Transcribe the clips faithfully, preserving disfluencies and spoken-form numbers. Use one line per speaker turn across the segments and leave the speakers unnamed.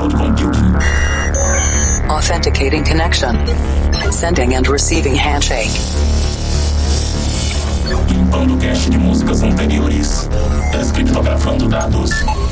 cloud computing.
Authenticating connection. Sending and receiving handshake.
Limpando cache de músicas anteriores. Descriptografando dados.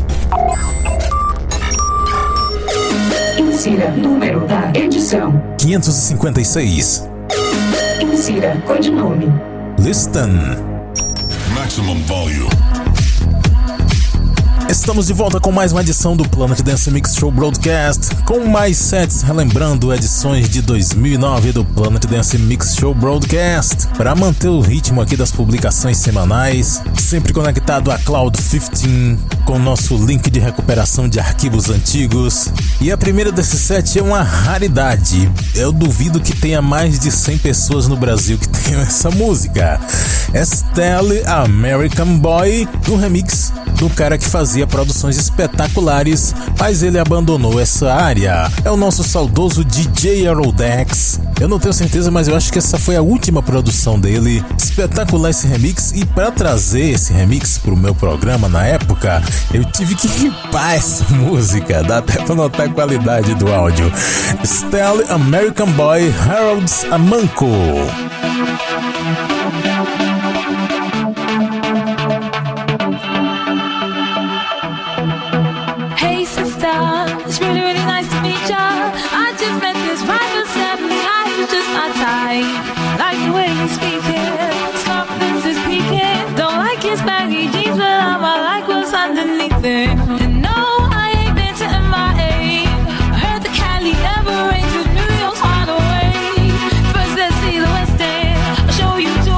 Insira número da edição:
quinhentos e cinquenta e seis.
Insira codinome:
Listen.
Maximum volume.
Estamos de volta com mais uma edição do Planet Dance Mix Show Broadcast, com mais sets relembrando edições de dois mil e nove do Planet Dance Mix Show Broadcast, para manter o ritmo aqui das publicações semanais, sempre conectado a Cloud quinze, com nosso link de recuperação de arquivos antigos. E a primeira desse set é uma raridade. Eu duvido que tenha mais de cem pessoas no Brasil que tenham essa música. Estelle American Boy, um remix do cara que fazia produções espetaculares, mas ele abandonou essa área. É o nosso saudoso D J Aerodex. Eu não tenho certeza, mas eu acho que essa foi a última produção dele. Espetacular esse remix, e para trazer esse remix pro meu programa na época, eu tive que ripar essa música, dá até pra notar a qualidade do áudio. Stelle American Boy, Harold's Amanco.
It's really, really nice to meet ya. I just met this rival seven guy who's just my type. Like the way he's speaking, his confidence is peaking. Don't like his baggy jeans, but I'm I like what's underneath it. And no, I ain't been to M I A. I heard the Cali ever rains with New York's hard away. First let's see the West End, I'll show you to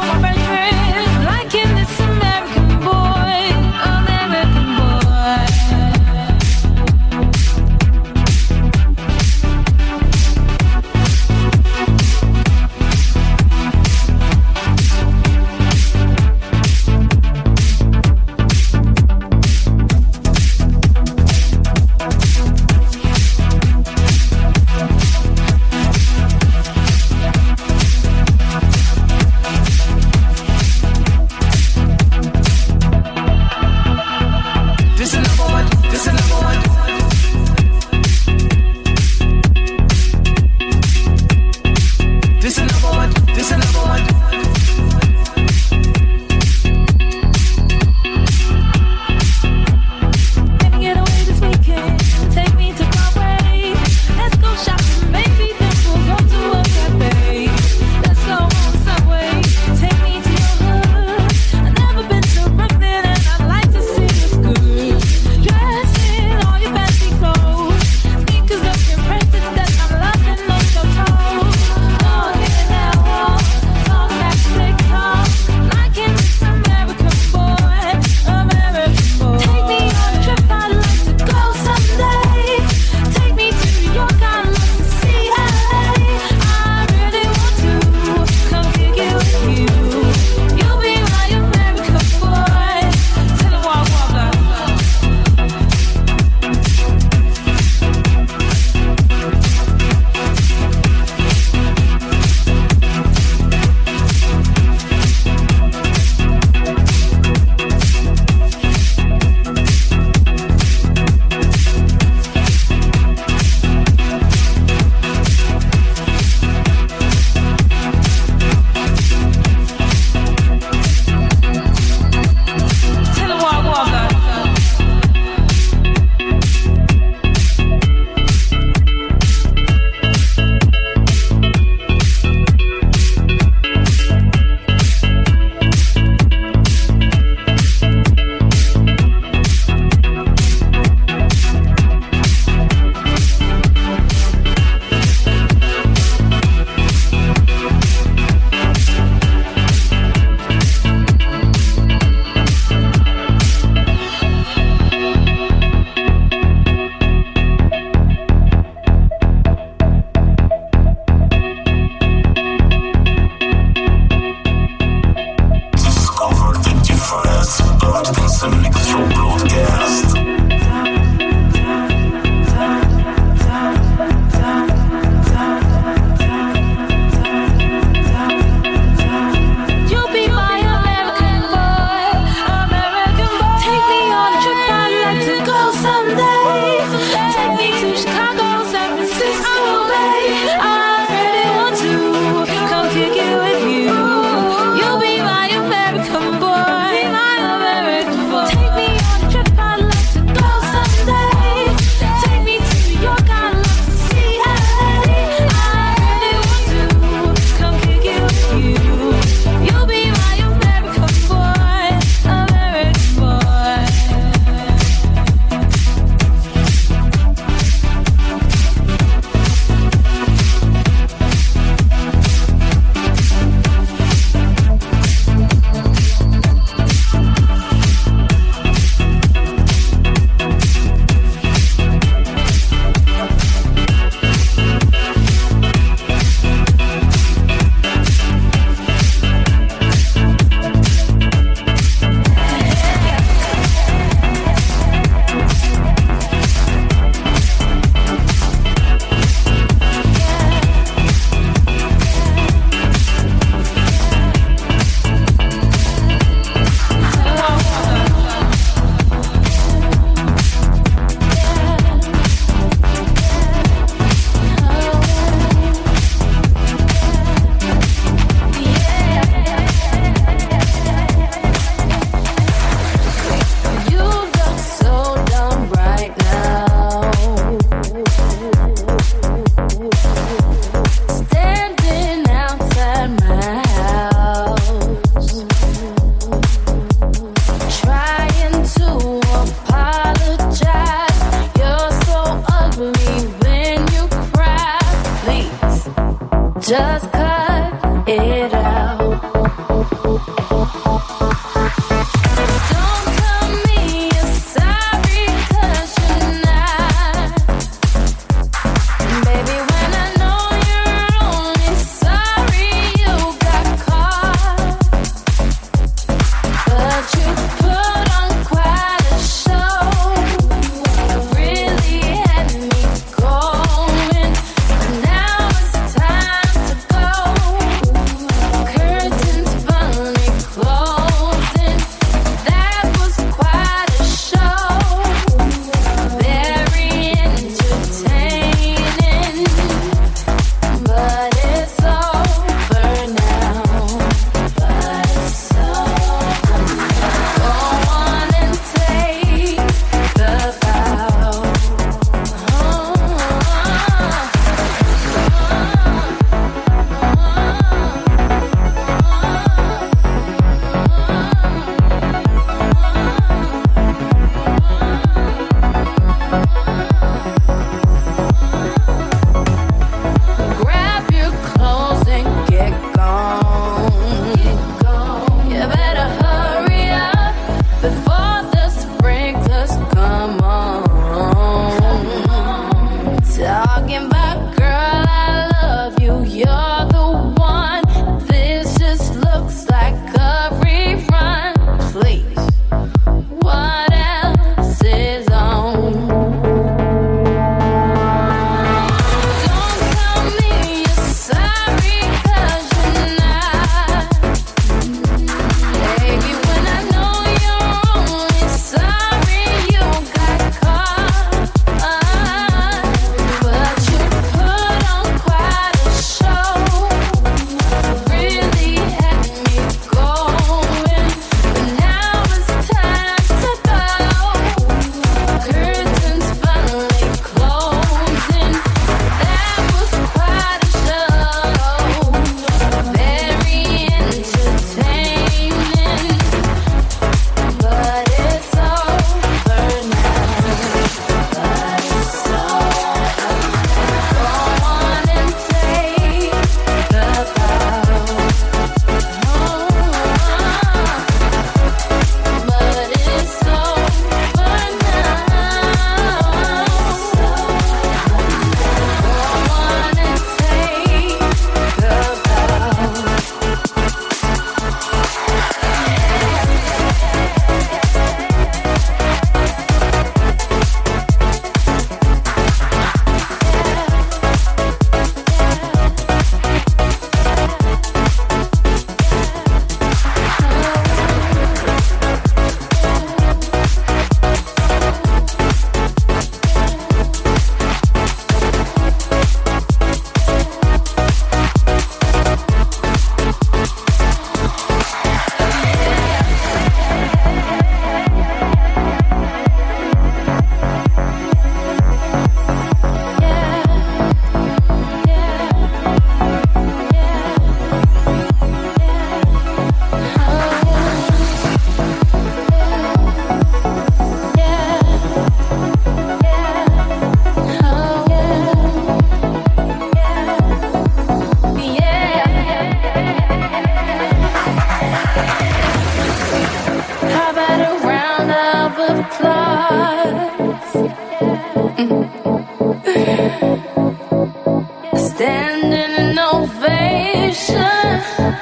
Standing in ovation,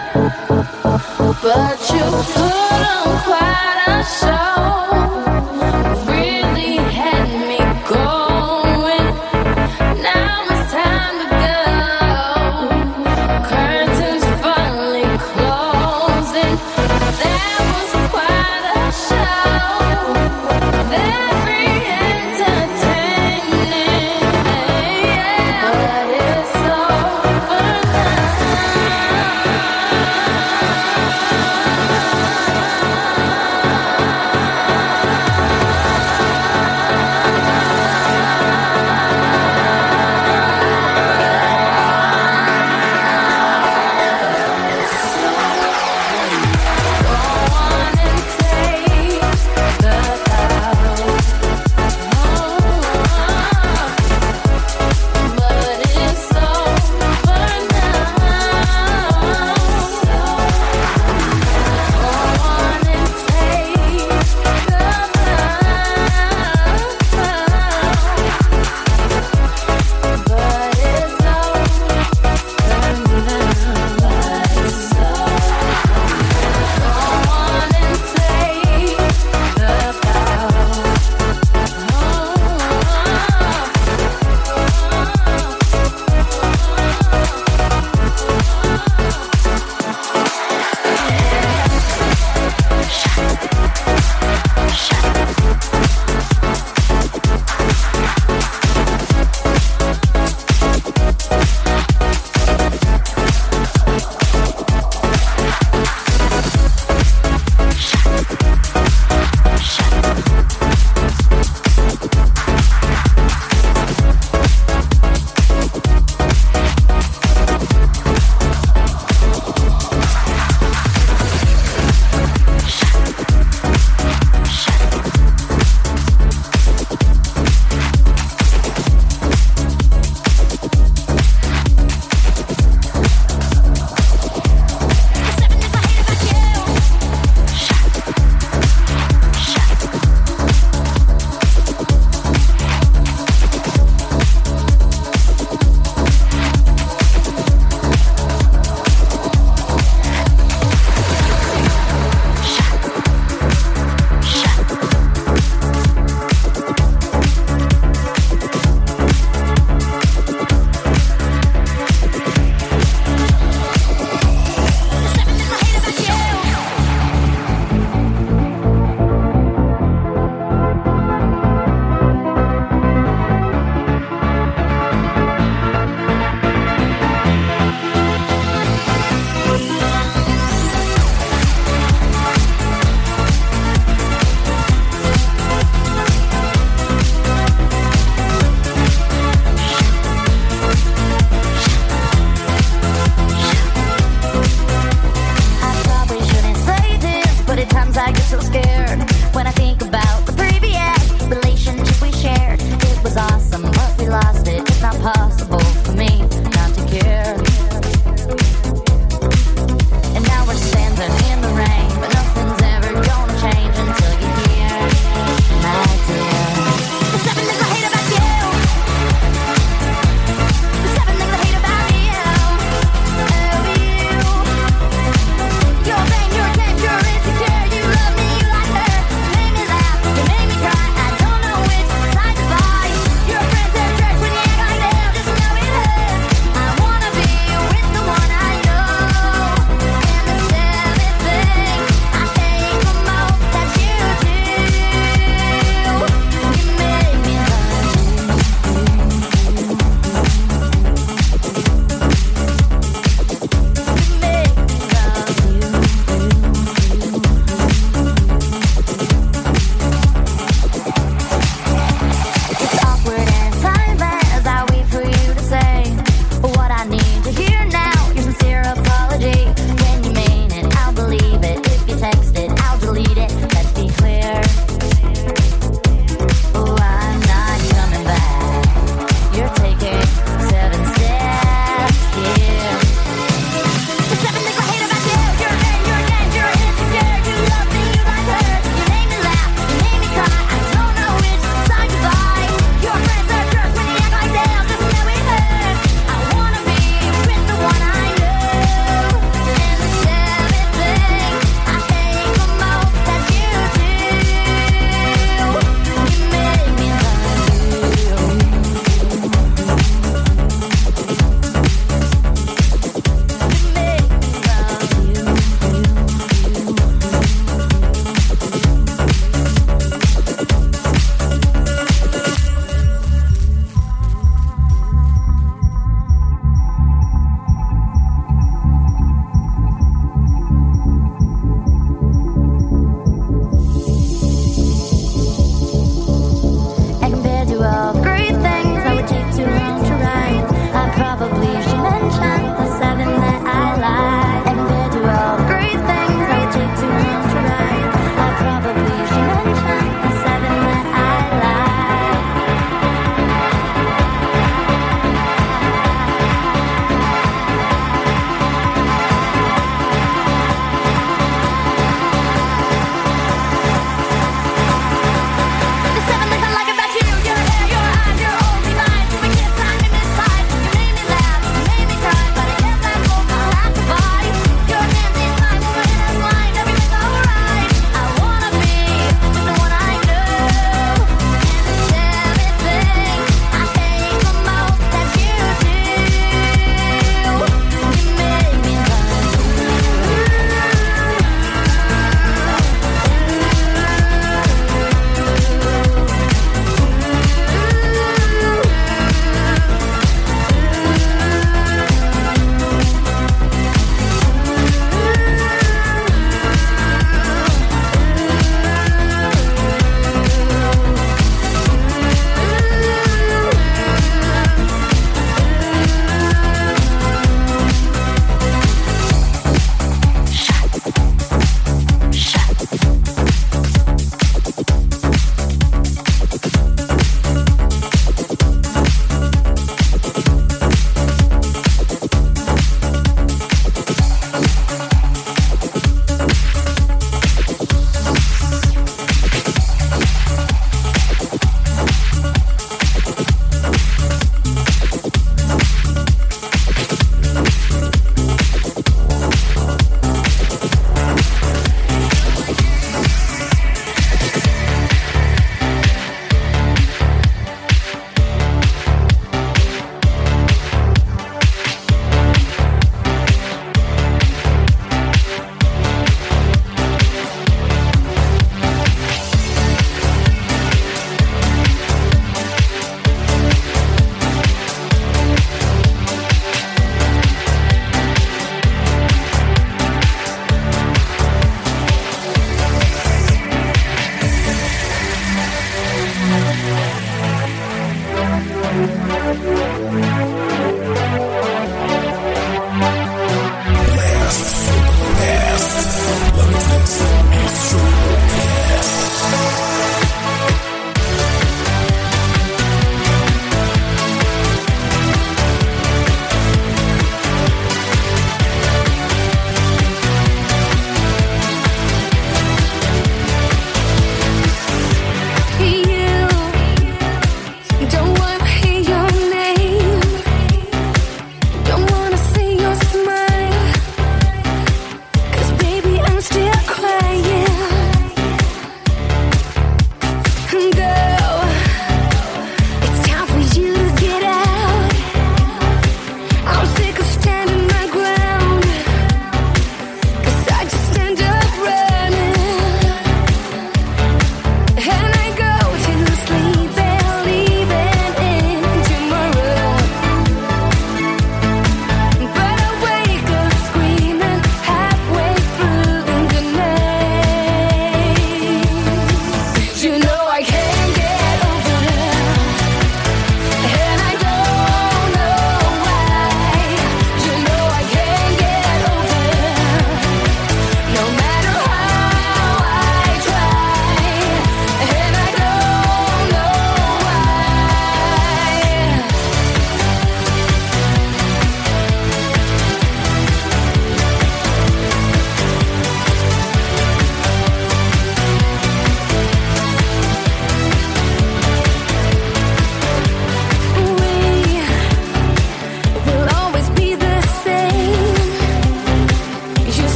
but you put on quite a show. Really had me going. Now it's time to go. Curtains finally closing. That was quite a show. Very entertaining, but it's over now.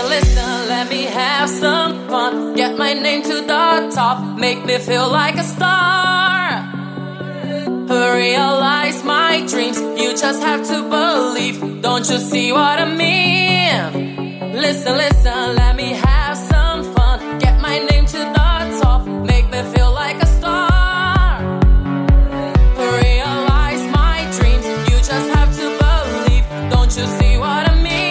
listen, let me have some fun. Get my name to the top, make me feel like a star. Realize my dreams, you just have to believe. Don't you see what I mean? Listen, listen, let me have some fun. Get my name to the top, make me feel like a star. Realize my dreams, you just have to believe. Don't you see what I mean?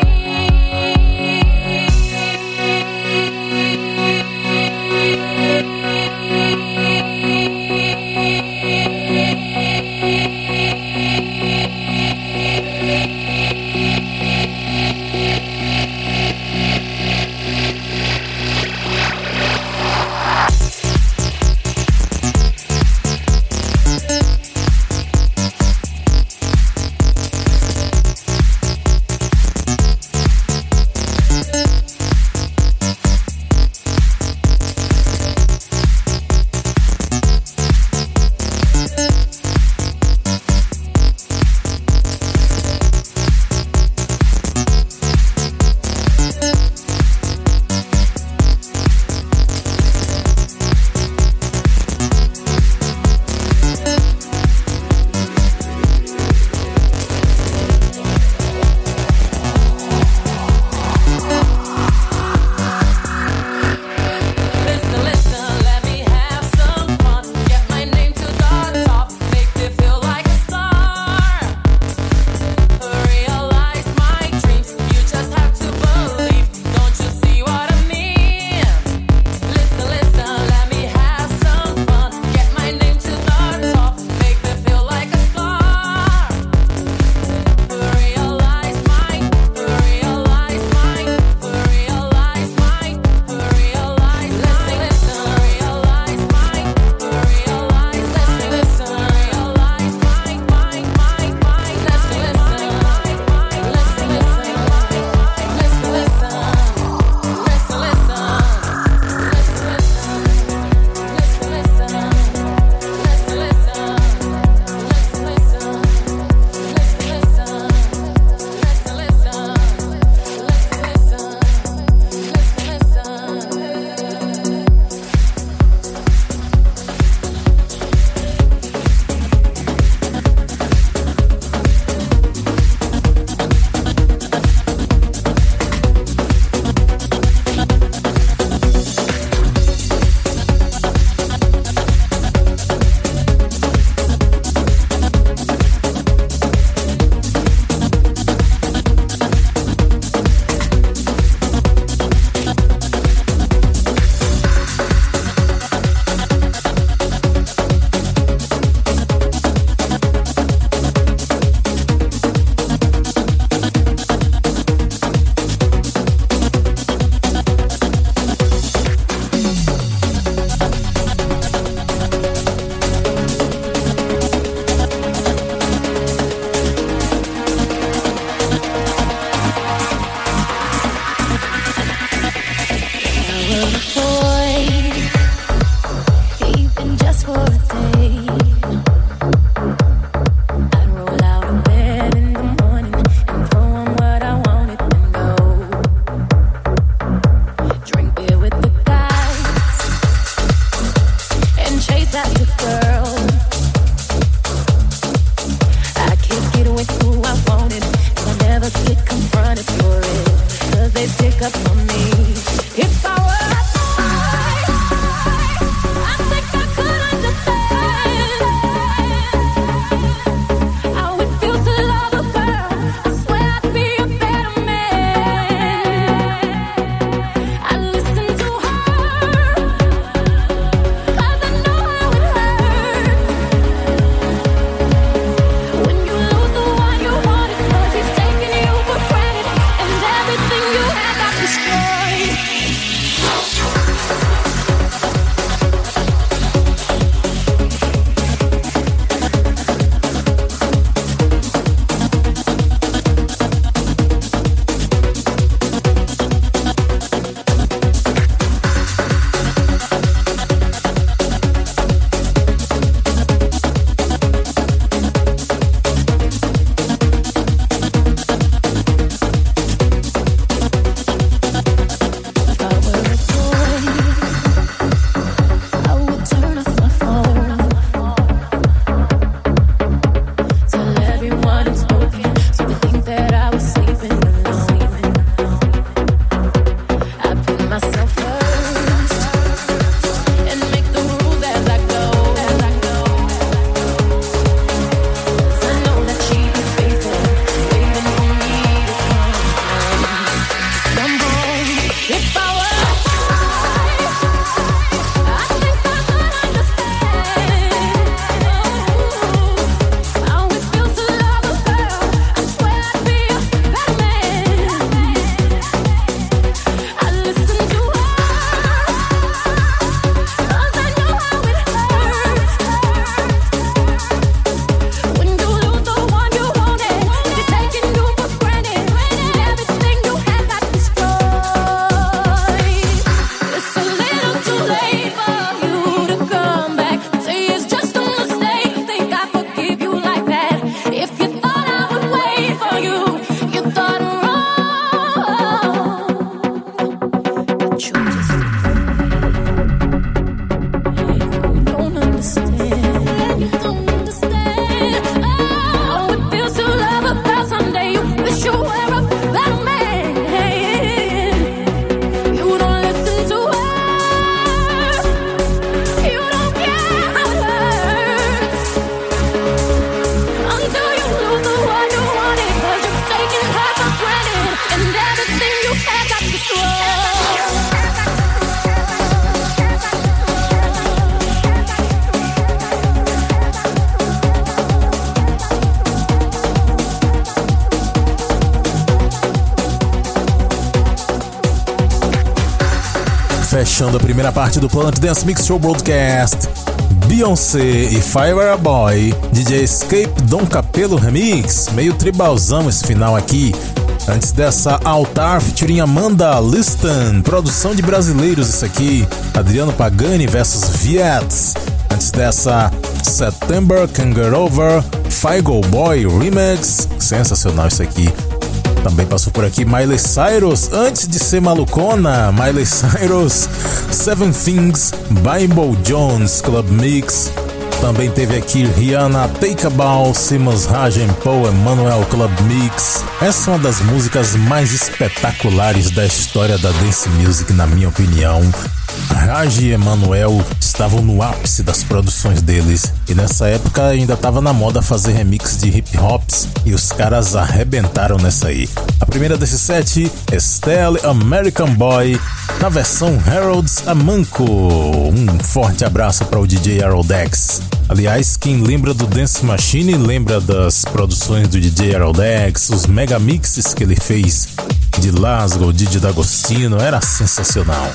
fechando a primeira parte do Planet Dance Mix Show Broadcast, Beyoncé e Fire a Boy, D J Escape Dom Capello Remix, meio tribalzão esse final aqui. Antes dessa, Altar featuring Amanda Liston, produção de brasileiros isso aqui, Adriano Pagani versus Viets. Antes dessa, September Can't Get Over, Figo Boy Remix, sensacional isso aqui. Também passou por aqui Miley Cyrus, antes de ser malucona, Miley Cyrus, Seven Things, Bible Jones Club Mix. Também teve aqui Rihanna, Take a Bow, Simmons, Raj and Paul, Emmanuel Club Mix. Essa é uma das músicas mais espetaculares da história da Dance Music, na minha opinião. Raj e Emmanuel estavam no ápice das produções deles, e nessa época ainda estava na moda fazer remix de hip hops, e os caras arrebentaram nessa aí. A primeira desse set, Estelle American Boy, na versão Harold's Amanco. Um forte abraço para o D J Harold-X. Aliás, quem lembra do Dance Machine lembra das produções do D J Harold-X, os mega mixes que ele fez de Lasgo, Didi D'Agostino, era sensacional.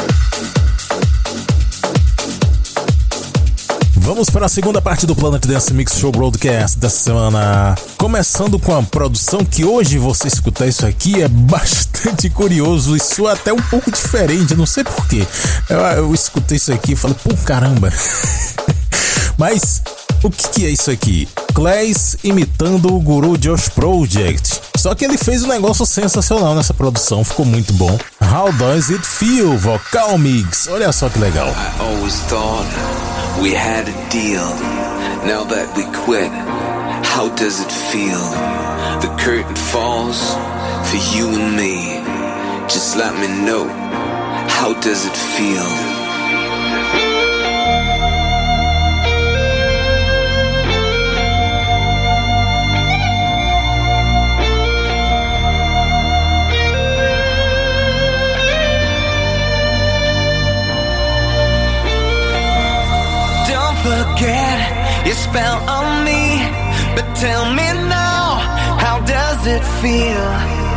Vamos para a segunda parte do Planet Dance Mix Show Broadcast dessa semana. Começando com a produção que hoje você escutar isso aqui é bastante curioso e soa até um pouco diferente, não sei porquê. Eu, eu escutei isso aqui e falei, pô, caramba. Mas o que, que é isso aqui? Clays imitando o Guru Josh Project. Só que ele fez um negócio sensacional nessa produção, ficou muito bom. How Does It Feel? Vocal Mix. Olha só que legal.
I always thought we had a deal. Now that we quit, how does it feel? The curtain falls for you and me. Just let me know, how does it feel?
Forget your spell on me, but tell me now, how does it feel?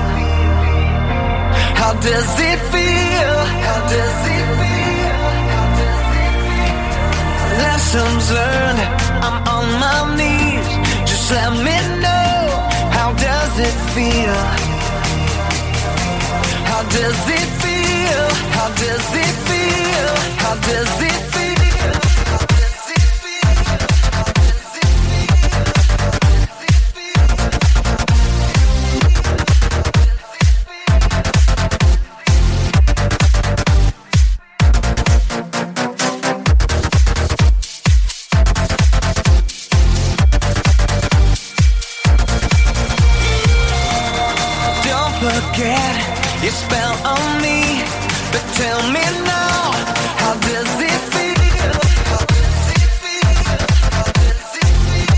How does it feel? How does it feel? How does it feel? Lessons learned, I'm on my knees. Just let me know, how does it feel? How does it feel? How does it feel? How does it feel? Forget your spell on me, but tell me now, how does it feel? How does it feel? How does it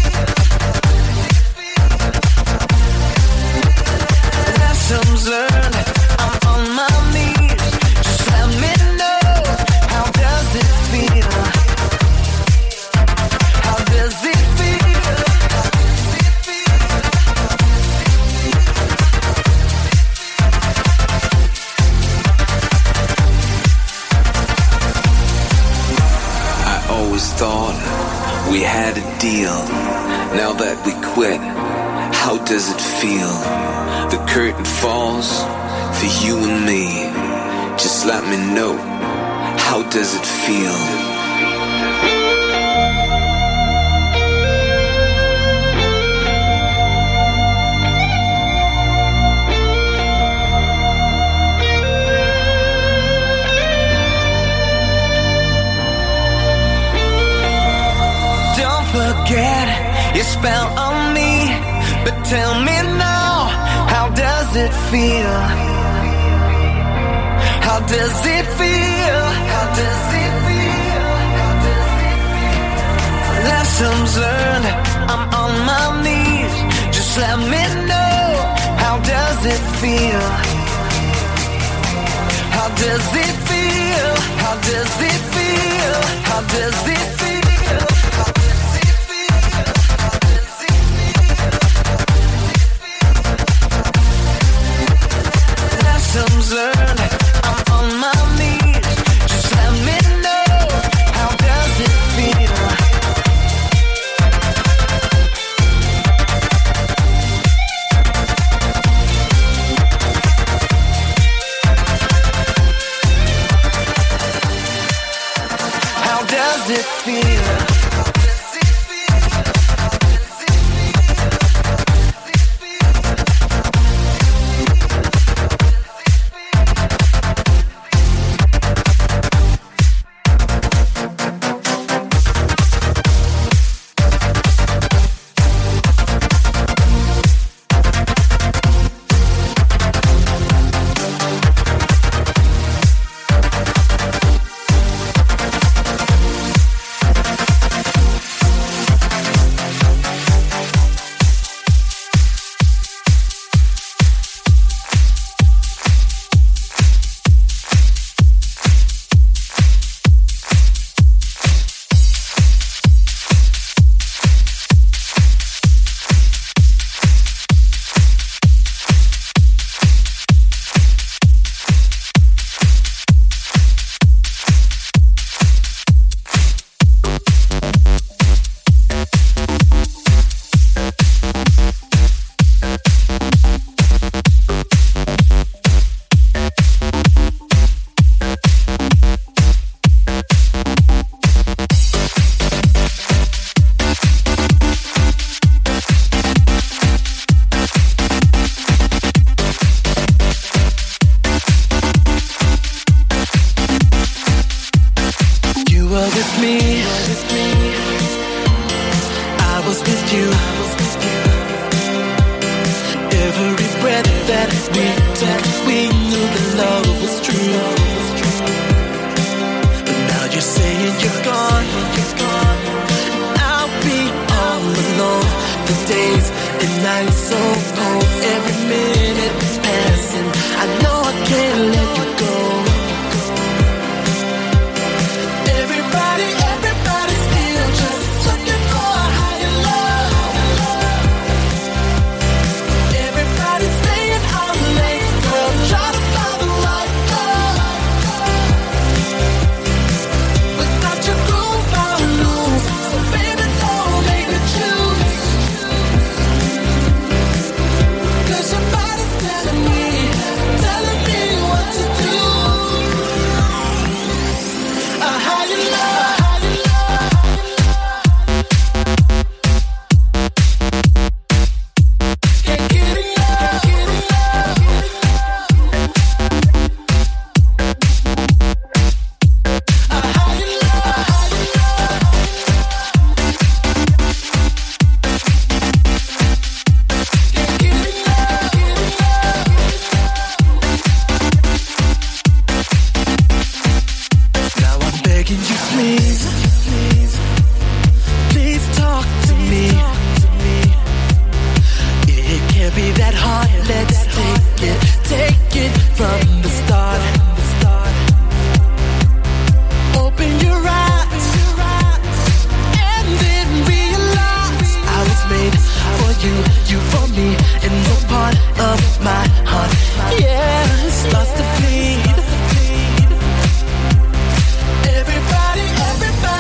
feel? Lessons learned, I'm on my knees. Just let me know, how does it feel? How does it feel?
Thought we had a deal. Now that we quit, how does it feel? The curtain falls for you and me. Just let me know, how does it feel?
Forget your spell on me, but tell me now, how does it feel? How does it feel? How does it feel? How does it feel? Lessons learned, I'm on my knees. Just let me know, how does it feel? How does it feel? How does it feel? How does it feel? Lessons learned, I'm on my knees. does it feel? Everybody, everybody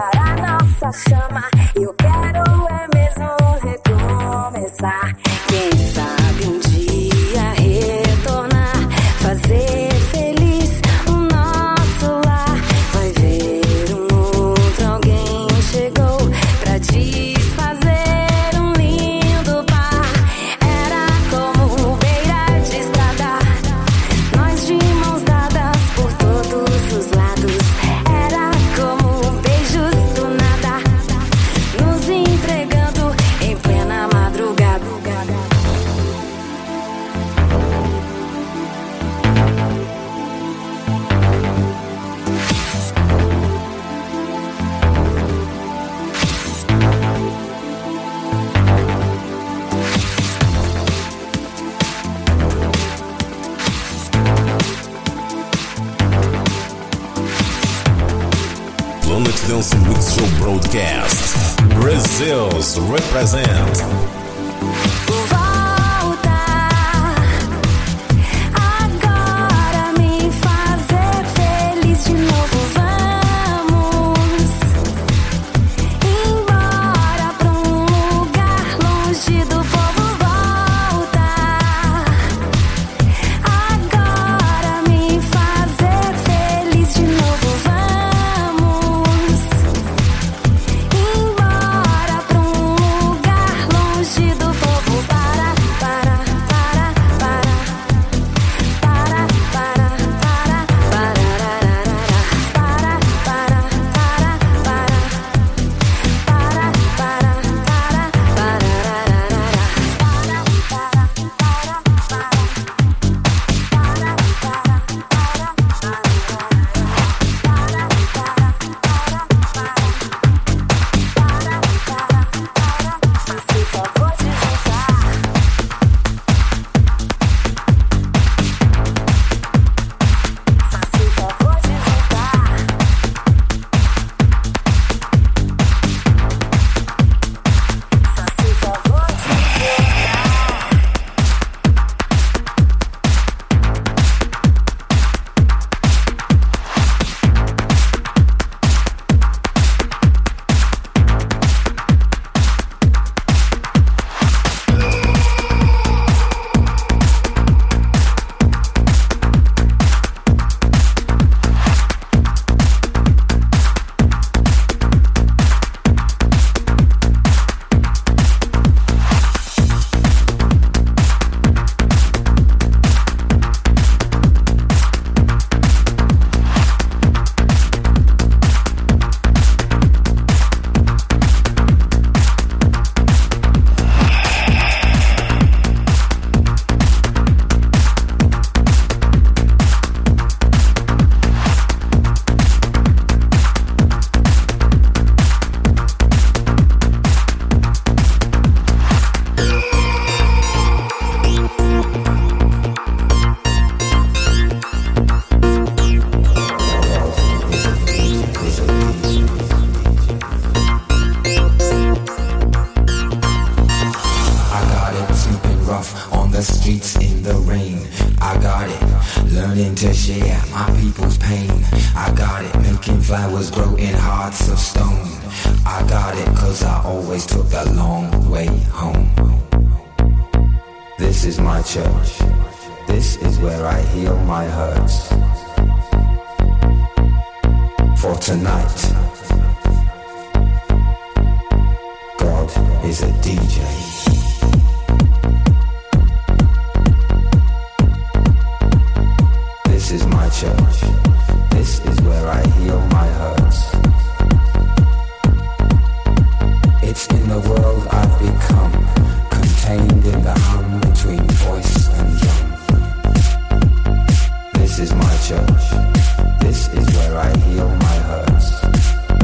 a nossa chama. Eu quero é mesmo recomeçar. Quem sabe um dia retornar, fazer feliz o nosso lar. Vai ver um outro alguém chegou pra desfazer um lindo par. Era como beira de estrada, nós de mãos dadas por todos os lados. Era como beijos do nada, nos entregando em plena madrugada.
Planet Dance Mix Show Broadcast. Brazil's represent.
Voltar agora, me fazer feliz de novo. Vamos embora pra um lugar longe do povo. Voltar agora, me fazer feliz de novo. Vamos embora pra um lugar longe do povo. Para, para, para, para, para, para, para, parararara. Para, para, para, para, para, para, para, parararara. Para, para, faça o favor de voltar. Faça o favor de voltar. Faça o favor de
I got it, sleeping rough on the streets in the rain. I got it, learning to share my people's pain. I got it, making flowers grow in hearts of stone. I got it, cause I always took the long way home. This is my church, this is where I heal my hurts. For tonight, God is a D J. This is my church. This is where I heal my hurts. It's in the world I've become, contained in the hum between voice and drum. This is my church. This is where I heal my hurts.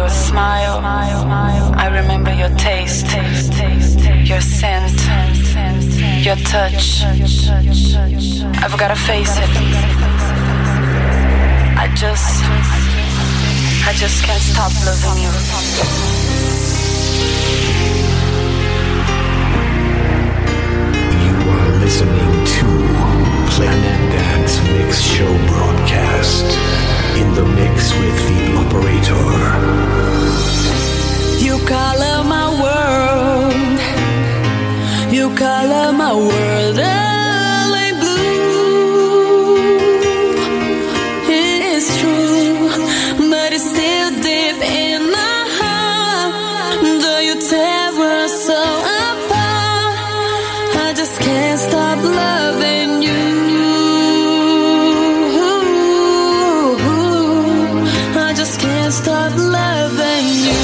your smile. I remember your taste, your scent, your touch. I've gotta face it. I just, I just can't stop loving you.
You are listening to Planet Dance Mix Show broadcast. In the mix with the operator.
You color my world. You color my world. Early blue. It's true, but it's still deep in my heart. Do you tear us so apart? I just can't stop loving you. Stop loving you.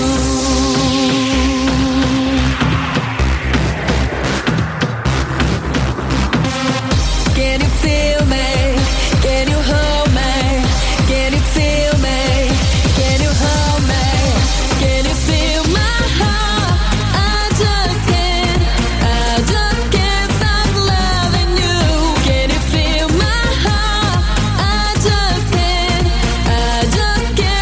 Can you feel me? Can you hold me? Can you feel me? Can you hold me? Can you feel my heart? I just can't, I just can't stop loving you. Can you feel my heart? I just can't, I just can't.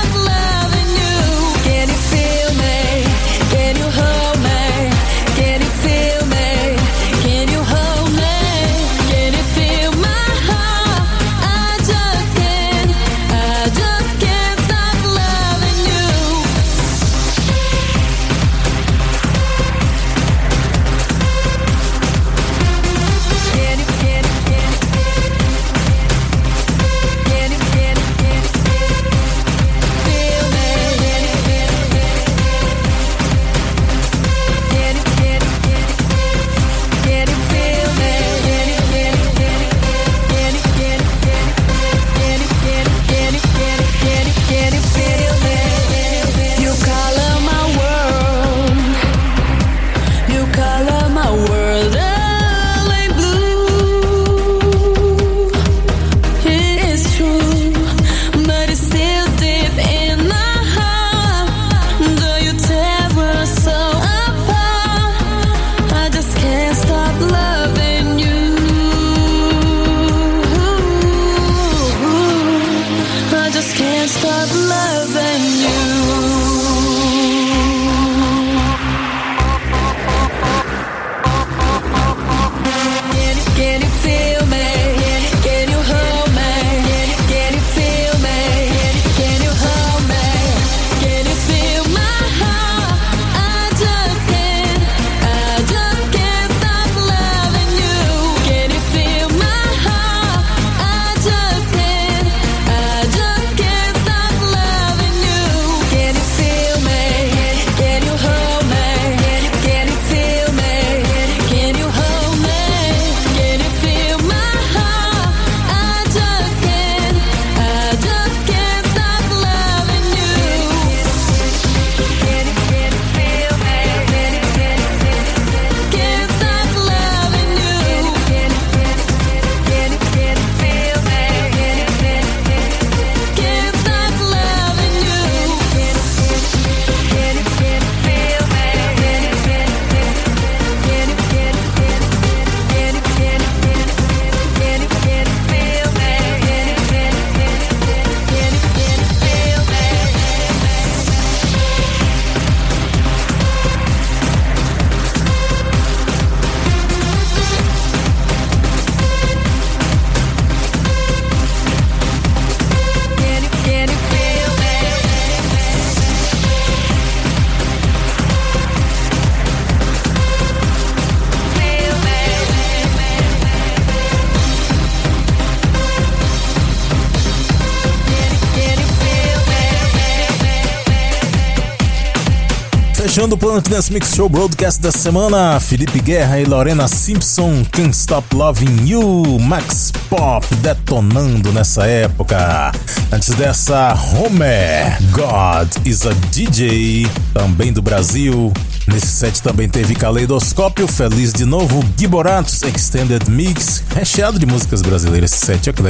Fechando o Planet Dance Mix Show Broadcast da semana, Felipe Guerra e Lorena Simpson, Can't Stop Loving You, Max Pop detonando nessa época. Antes dessa, Homer, God is a D J, também do Brasil. Nesse set também teve Caleidoscópio, Feliz de Novo, Gui Boratos, Extended Mix, recheado de músicas brasileiras esse set, olha que legal.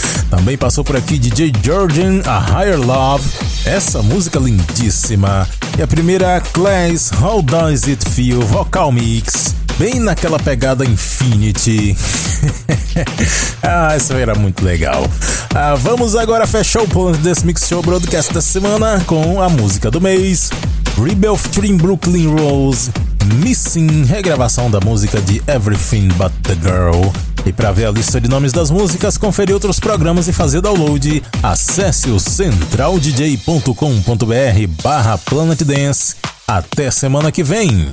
Também passou por aqui D J Jordan, A Higher Love, essa música lindíssima. E a primeira, Class, How Does It Feel, vocal mix, bem naquela pegada Infinity. Ah, isso era muito legal. Ah, vamos agora fechar o Planet Dance Mix Show Broadcast da semana com a música do mês, Rebel featuring Brooklyn Rose, Missing, regravação da música de Everything But The Girl. E para ver a lista de nomes das músicas, conferir outros programas e fazer download, acesse o central d j ponto com ponto b r barra Planet Dance. Até semana que vem!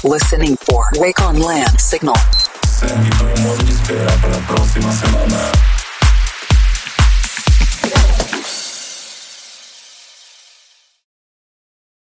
Listening for Wake on Land Signal.
Segue todo mundo de esperar para a próxima semana.